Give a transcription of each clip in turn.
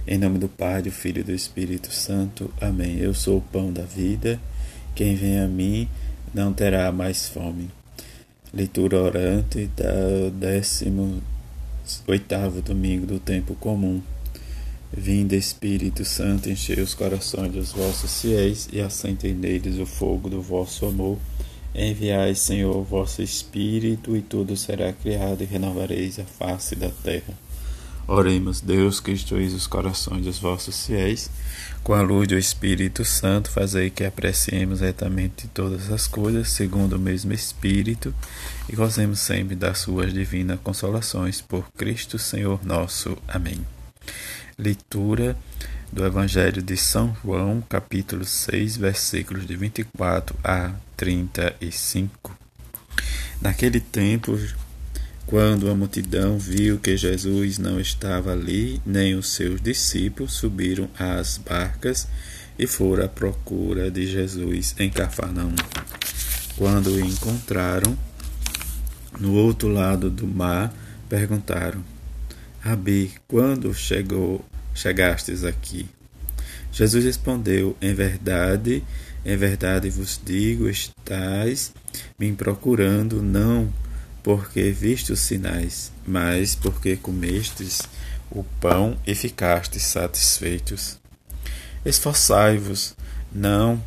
Em nome do Pai, do Filho e do Espírito Santo. Amém. Eu sou o pão da vida. Quem vem a mim não terá mais fome. Leitura orante do 18º domingo do tempo comum. Vinde, Espírito Santo, enchei os corações dos vossos fiéis e acendei neles o fogo do vosso amor. Enviai, Senhor, o vosso Espírito, e tudo será criado, e renovareis a face da terra. Oremos. Deus, que instruís os corações dos vossos fiéis, com a luz do Espírito Santo, fazei que apreciemos retamente todas as coisas, segundo o mesmo Espírito, e gozemos sempre das suas divinas consolações, por Cristo Senhor nosso. Amém. Leitura do Evangelho de São João, capítulo 6, versículos de 24 a 35. Naquele tempo, quando a multidão viu que Jesus não estava ali, nem os seus discípulos, subiram às barcas e foram à procura de Jesus em Cafarnaum. Quando o encontraram no outro lado do mar, perguntaram: Rabi, quando chegastes aqui? Jesus respondeu: em verdade vos digo, estais me procurando, não porque vistes sinais, mas porque comestes o pão e ficastes satisfeitos. Esforçai-vos, não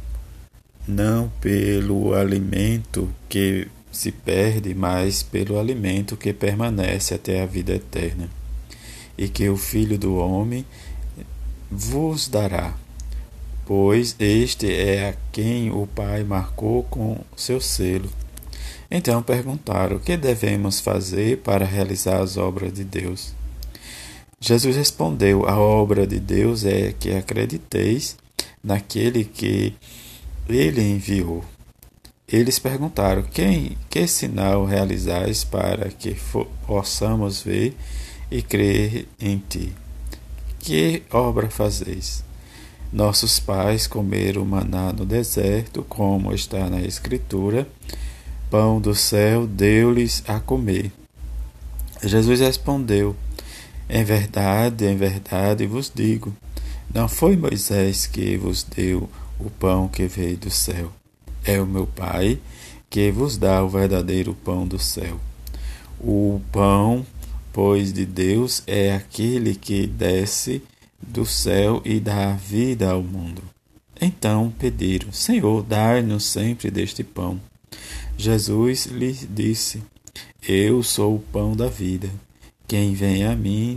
pelo alimento que se perde, mas pelo alimento que permanece até a vida eterna, e que o Filho do Homem vos dará, pois este é a quem o Pai marcou com seu selo. Então perguntaram: o que devemos fazer para realizar as obras de Deus? Jesus respondeu: a obra de Deus é que acrediteis naquele que ele enviou. Eles perguntaram: que sinal realizais para que possamos ver e crer em ti? Que obra fazeis? Nossos pais comeram maná no deserto, como está na Escritura: pão do céu deu-lhes a comer. Jesus respondeu: em verdade vos digo, não foi Moisés que vos deu o pão que veio do céu. É o meu Pai que vos dá o verdadeiro pão do céu. O pão, pois, de Deus é aquele que desce do céu e dá vida ao mundo. Então pediram: Senhor, dai-nos sempre deste pão. Jesus lhes disse: eu sou o pão da vida. Quem vem a mim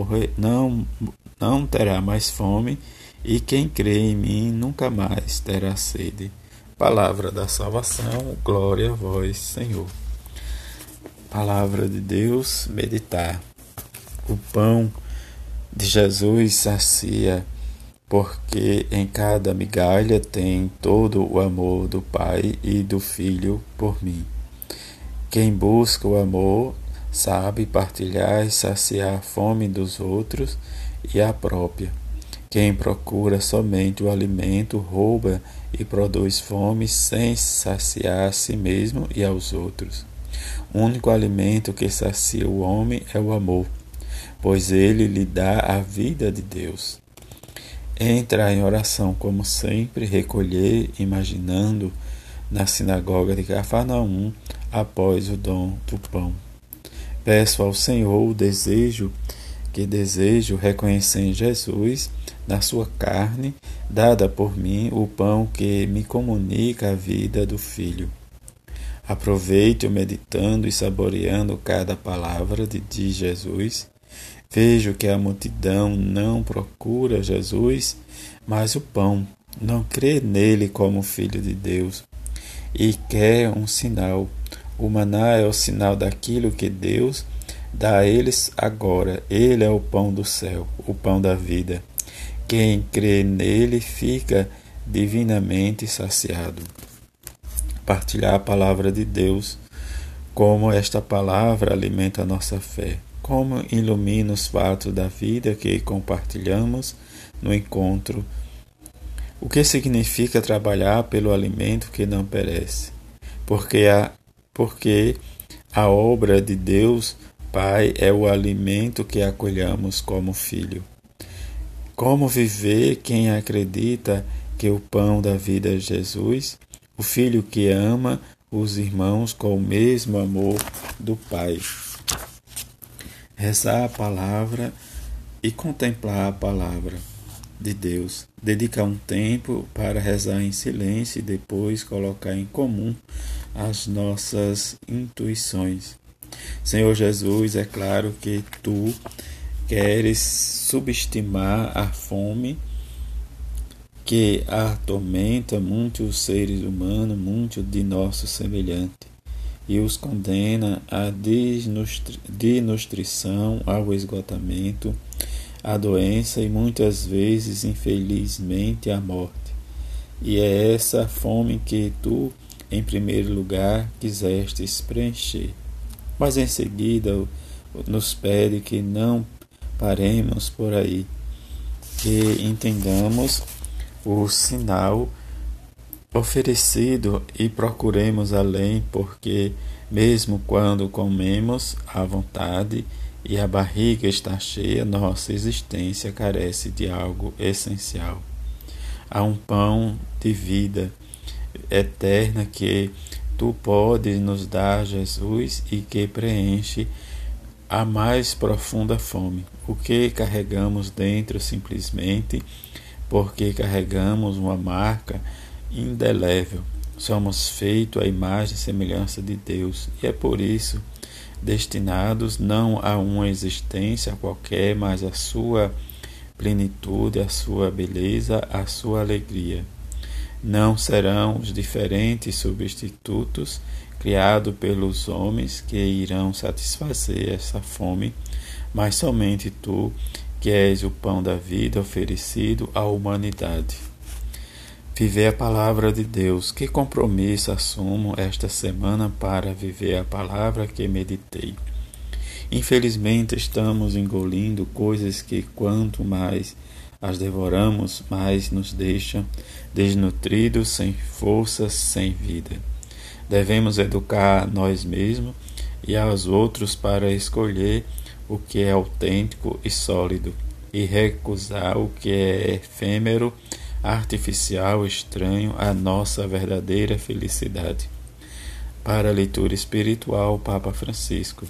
não terá mais fome, e quem crê em mim nunca mais terá sede. Palavra da salvação, glória a vós, Senhor. Palavra de Deus, meditar. O pão de Jesus sacia, porque em cada migalha tem todo o amor do Pai e do Filho por mim. Quem busca o amor sabe partilhar e saciar a fome dos outros e a própria. Quem procura somente o alimento rouba e produz fome sem saciar a si mesmo e aos outros. O único alimento que sacia o homem é o amor, pois ele lhe dá a vida de Deus. Entrar em oração, como sempre, recolher, imaginando, na sinagoga de Cafarnaum, após o dom do pão. Peço ao Senhor o desejo reconhecer em Jesus, na sua carne, dada por mim, o pão que me comunica a vida do Filho. Aproveito meditando e saboreando cada palavra de Jesus. Vejo que a multidão não procura Jesus, mas o pão, não crê nele como Filho de Deus, e quer um sinal. O maná é o sinal daquilo que Deus dá a eles agora. Ele é o pão do céu, o pão da vida. Quem crê nele fica divinamente saciado. Partilhar a palavra de Deus, como esta palavra alimenta a nossa fé, como ilumina os fatos da vida que compartilhamos no encontro. O que significa trabalhar pelo alimento que não perece? Porque a obra de Deus Pai é o alimento que acolhamos como filho. Como viver quem acredita que o pão da vida é Jesus, o Filho que ama os irmãos com o mesmo amor do Pai? Rezar a palavra e contemplar a palavra de Deus. Dedicar um tempo para rezar em silêncio e depois colocar em comum as nossas intuições. Senhor Jesus, é claro que Tu queres subestimar a fome que atormenta muitos seres humanos, muitos de nossos semelhantes, e os condena à desnutrição, ao esgotamento, à doença e muitas vezes, infelizmente, à morte. E é essa fome que Tu, em primeiro lugar, quisestes preencher. Mas em seguida nos pede que não paremos por aí, que entendamos o sinal oferecido e procuremos além, porque mesmo quando comemos à vontade e a barriga está cheia, nossa existência carece de algo essencial. Há um pão de vida eterna que Tu podes nos dar, Jesus, e que preenche a mais profunda fome. O que carregamos dentro simplesmente porque carregamos uma marca indelével. Somos feitos à imagem e semelhança de Deus e é por isso destinados não a uma existência qualquer, mas à sua plenitude, à sua beleza, à sua alegria. Não serão os diferentes substitutos criados pelos homens que irão satisfazer essa fome, mas somente Tu, que és o pão da vida oferecido à humanidade. Viver a palavra de Deus. Que compromisso assumo esta semana para viver a palavra que meditei? Infelizmente, estamos engolindo coisas que, quanto mais as devoramos, mais nos deixam desnutridos, sem força, sem vida. Devemos educar a nós mesmos e aos outros para escolher o que é autêntico e sólido e recusar o que é efêmero, artificial, estranho à nossa verdadeira felicidade. Para a leitura espiritual, Papa Francisco.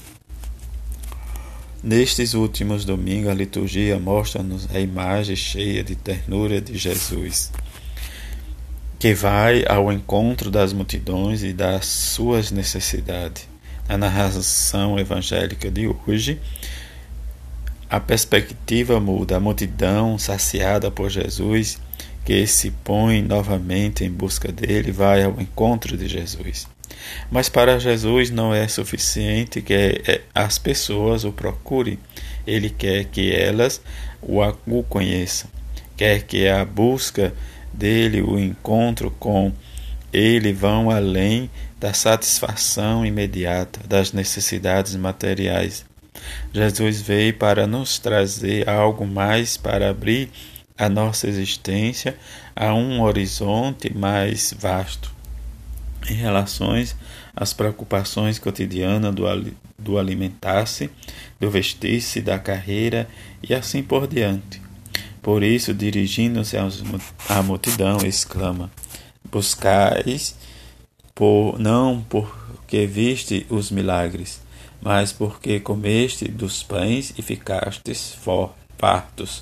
Nestes últimos domingos, a liturgia mostra-nos a imagem cheia de ternura de Jesus, que vai ao encontro das multidões e das suas necessidades. Na narração evangélica de hoje, a perspectiva muda. A multidão, saciada por Jesus, que se põe novamente em busca dele, vai ao encontro de Jesus. Mas para Jesus não é suficiente que as pessoas o procurem. Ele quer que elas o conheçam. Quer que a busca dele, o encontro com ele, vão além da satisfação imediata das necessidades materiais. Jesus veio para nos trazer algo mais, para abrir a nossa existência a um horizonte mais vasto em relações às preocupações cotidianas do alimentar-se, do vestir-se, da carreira e assim por diante. Por isso, dirigindo-se à multidão, exclama: buscais, não porque viste os milagres, mas porque comeste dos pães e ficastes fartos.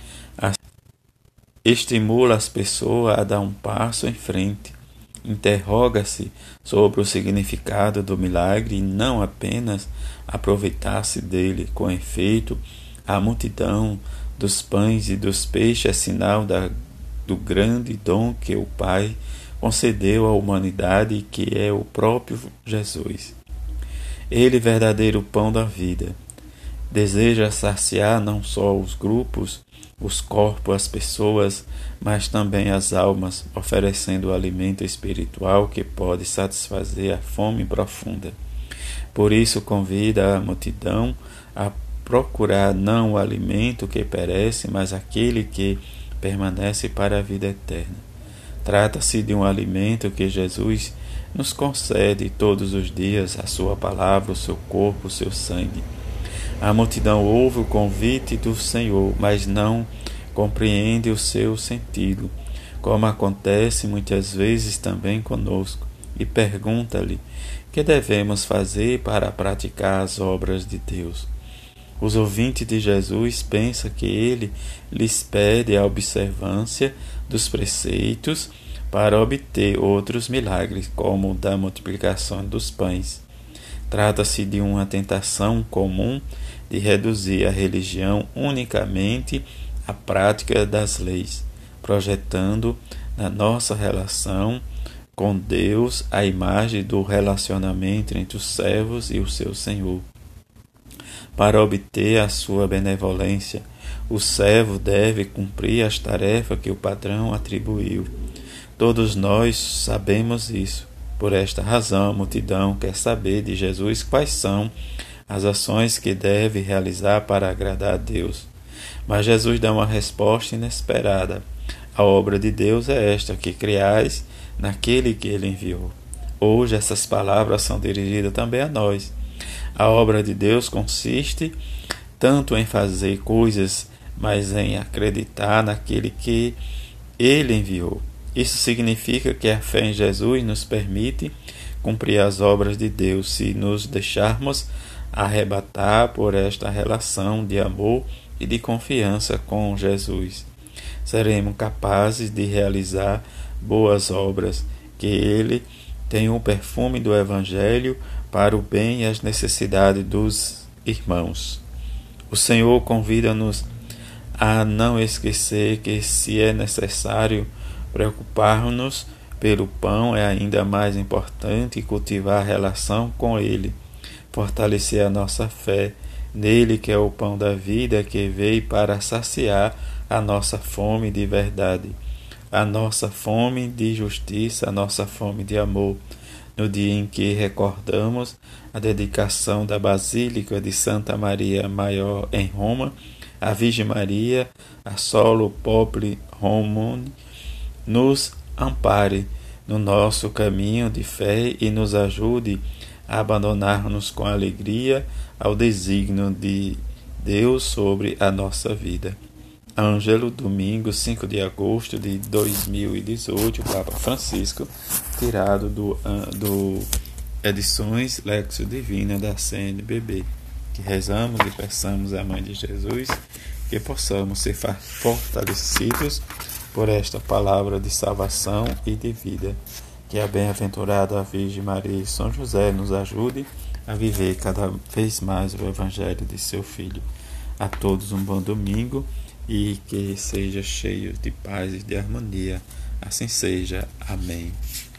Estimula as pessoas a dar um passo em frente. Interroga-se sobre o significado do milagre e não apenas aproveitar-se dele. Com efeito, a multidão dos pães e dos peixes é sinal do grande dom que o Pai concedeu à humanidade e que é o próprio Jesus. Ele, verdadeiro pão da vida, deseja saciar não só os grupos, os corpos, as pessoas, mas também as almas, oferecendo o alimento espiritual que pode satisfazer a fome profunda. Por isso convida a multidão a procurar não o alimento que perece, mas aquele que permanece para a vida eterna. Trata-se de um alimento que Jesus nos concede todos os dias, a sua palavra, o seu corpo, o seu sangue. A multidão ouve o convite do Senhor, mas não compreende o seu sentido, como acontece muitas vezes também conosco, e pergunta-lhe: que devemos fazer para praticar as obras de Deus? Os ouvintes de Jesus pensam que ele lhes pede a observância dos preceitos para obter outros milagres, como o da multiplicação dos pães. Trata-se de uma tentação comum de reduzir a religião unicamente à prática das leis, projetando na nossa relação com Deus a imagem do relacionamento entre os servos e o seu Senhor. Para obter a sua benevolência, o servo deve cumprir as tarefas que o patrão atribuiu. Todos nós sabemos isso. Por esta razão, a multidão quer saber de Jesus quais são as ações que deve realizar para agradar a Deus. Mas Jesus dá uma resposta inesperada. A obra de Deus é esta, que creais naquele que ele enviou. Hoje essas palavras são dirigidas também a nós. A obra de Deus consiste tanto em fazer coisas, mas em acreditar naquele que ele enviou. Isso significa que a fé em Jesus nos permite cumprir as obras de Deus se nos deixarmos arrebatar por esta relação de amor e de confiança com Jesus. Seremos capazes de realizar boas obras, que ele tem o perfume do Evangelho para o bem e as necessidades dos irmãos. O Senhor convida-nos a não esquecer que, se é necessário preocupar-nos pelo pão, é ainda mais importante cultivar a relação com Ele, fortalecer a nossa fé nele, que é o pão da vida, que veio para saciar a nossa fome de verdade, a nossa fome de justiça, a nossa fome de amor. No dia em que recordamos a dedicação da Basílica de Santa Maria Maior em Roma, a Virgem Maria, a Solo Populi Romani, nos ampare no nosso caminho de fé e nos ajude a abandonar-nos com alegria ao desígnio de Deus sobre a nossa vida. Ângelo, domingo 5 de agosto de 2018, Papa Francisco, tirado do Edições Lexio Divina da CNBB. Que rezamos e peçamos à Mãe de Jesus que possamos ser fortalecidos por esta palavra de salvação e de vida. Que a bem-aventurada Virgem Maria e São José nos ajude a viver cada vez mais o Evangelho de seu Filho. A todos um bom domingo e que seja cheio de paz e de harmonia. Assim seja. Amém.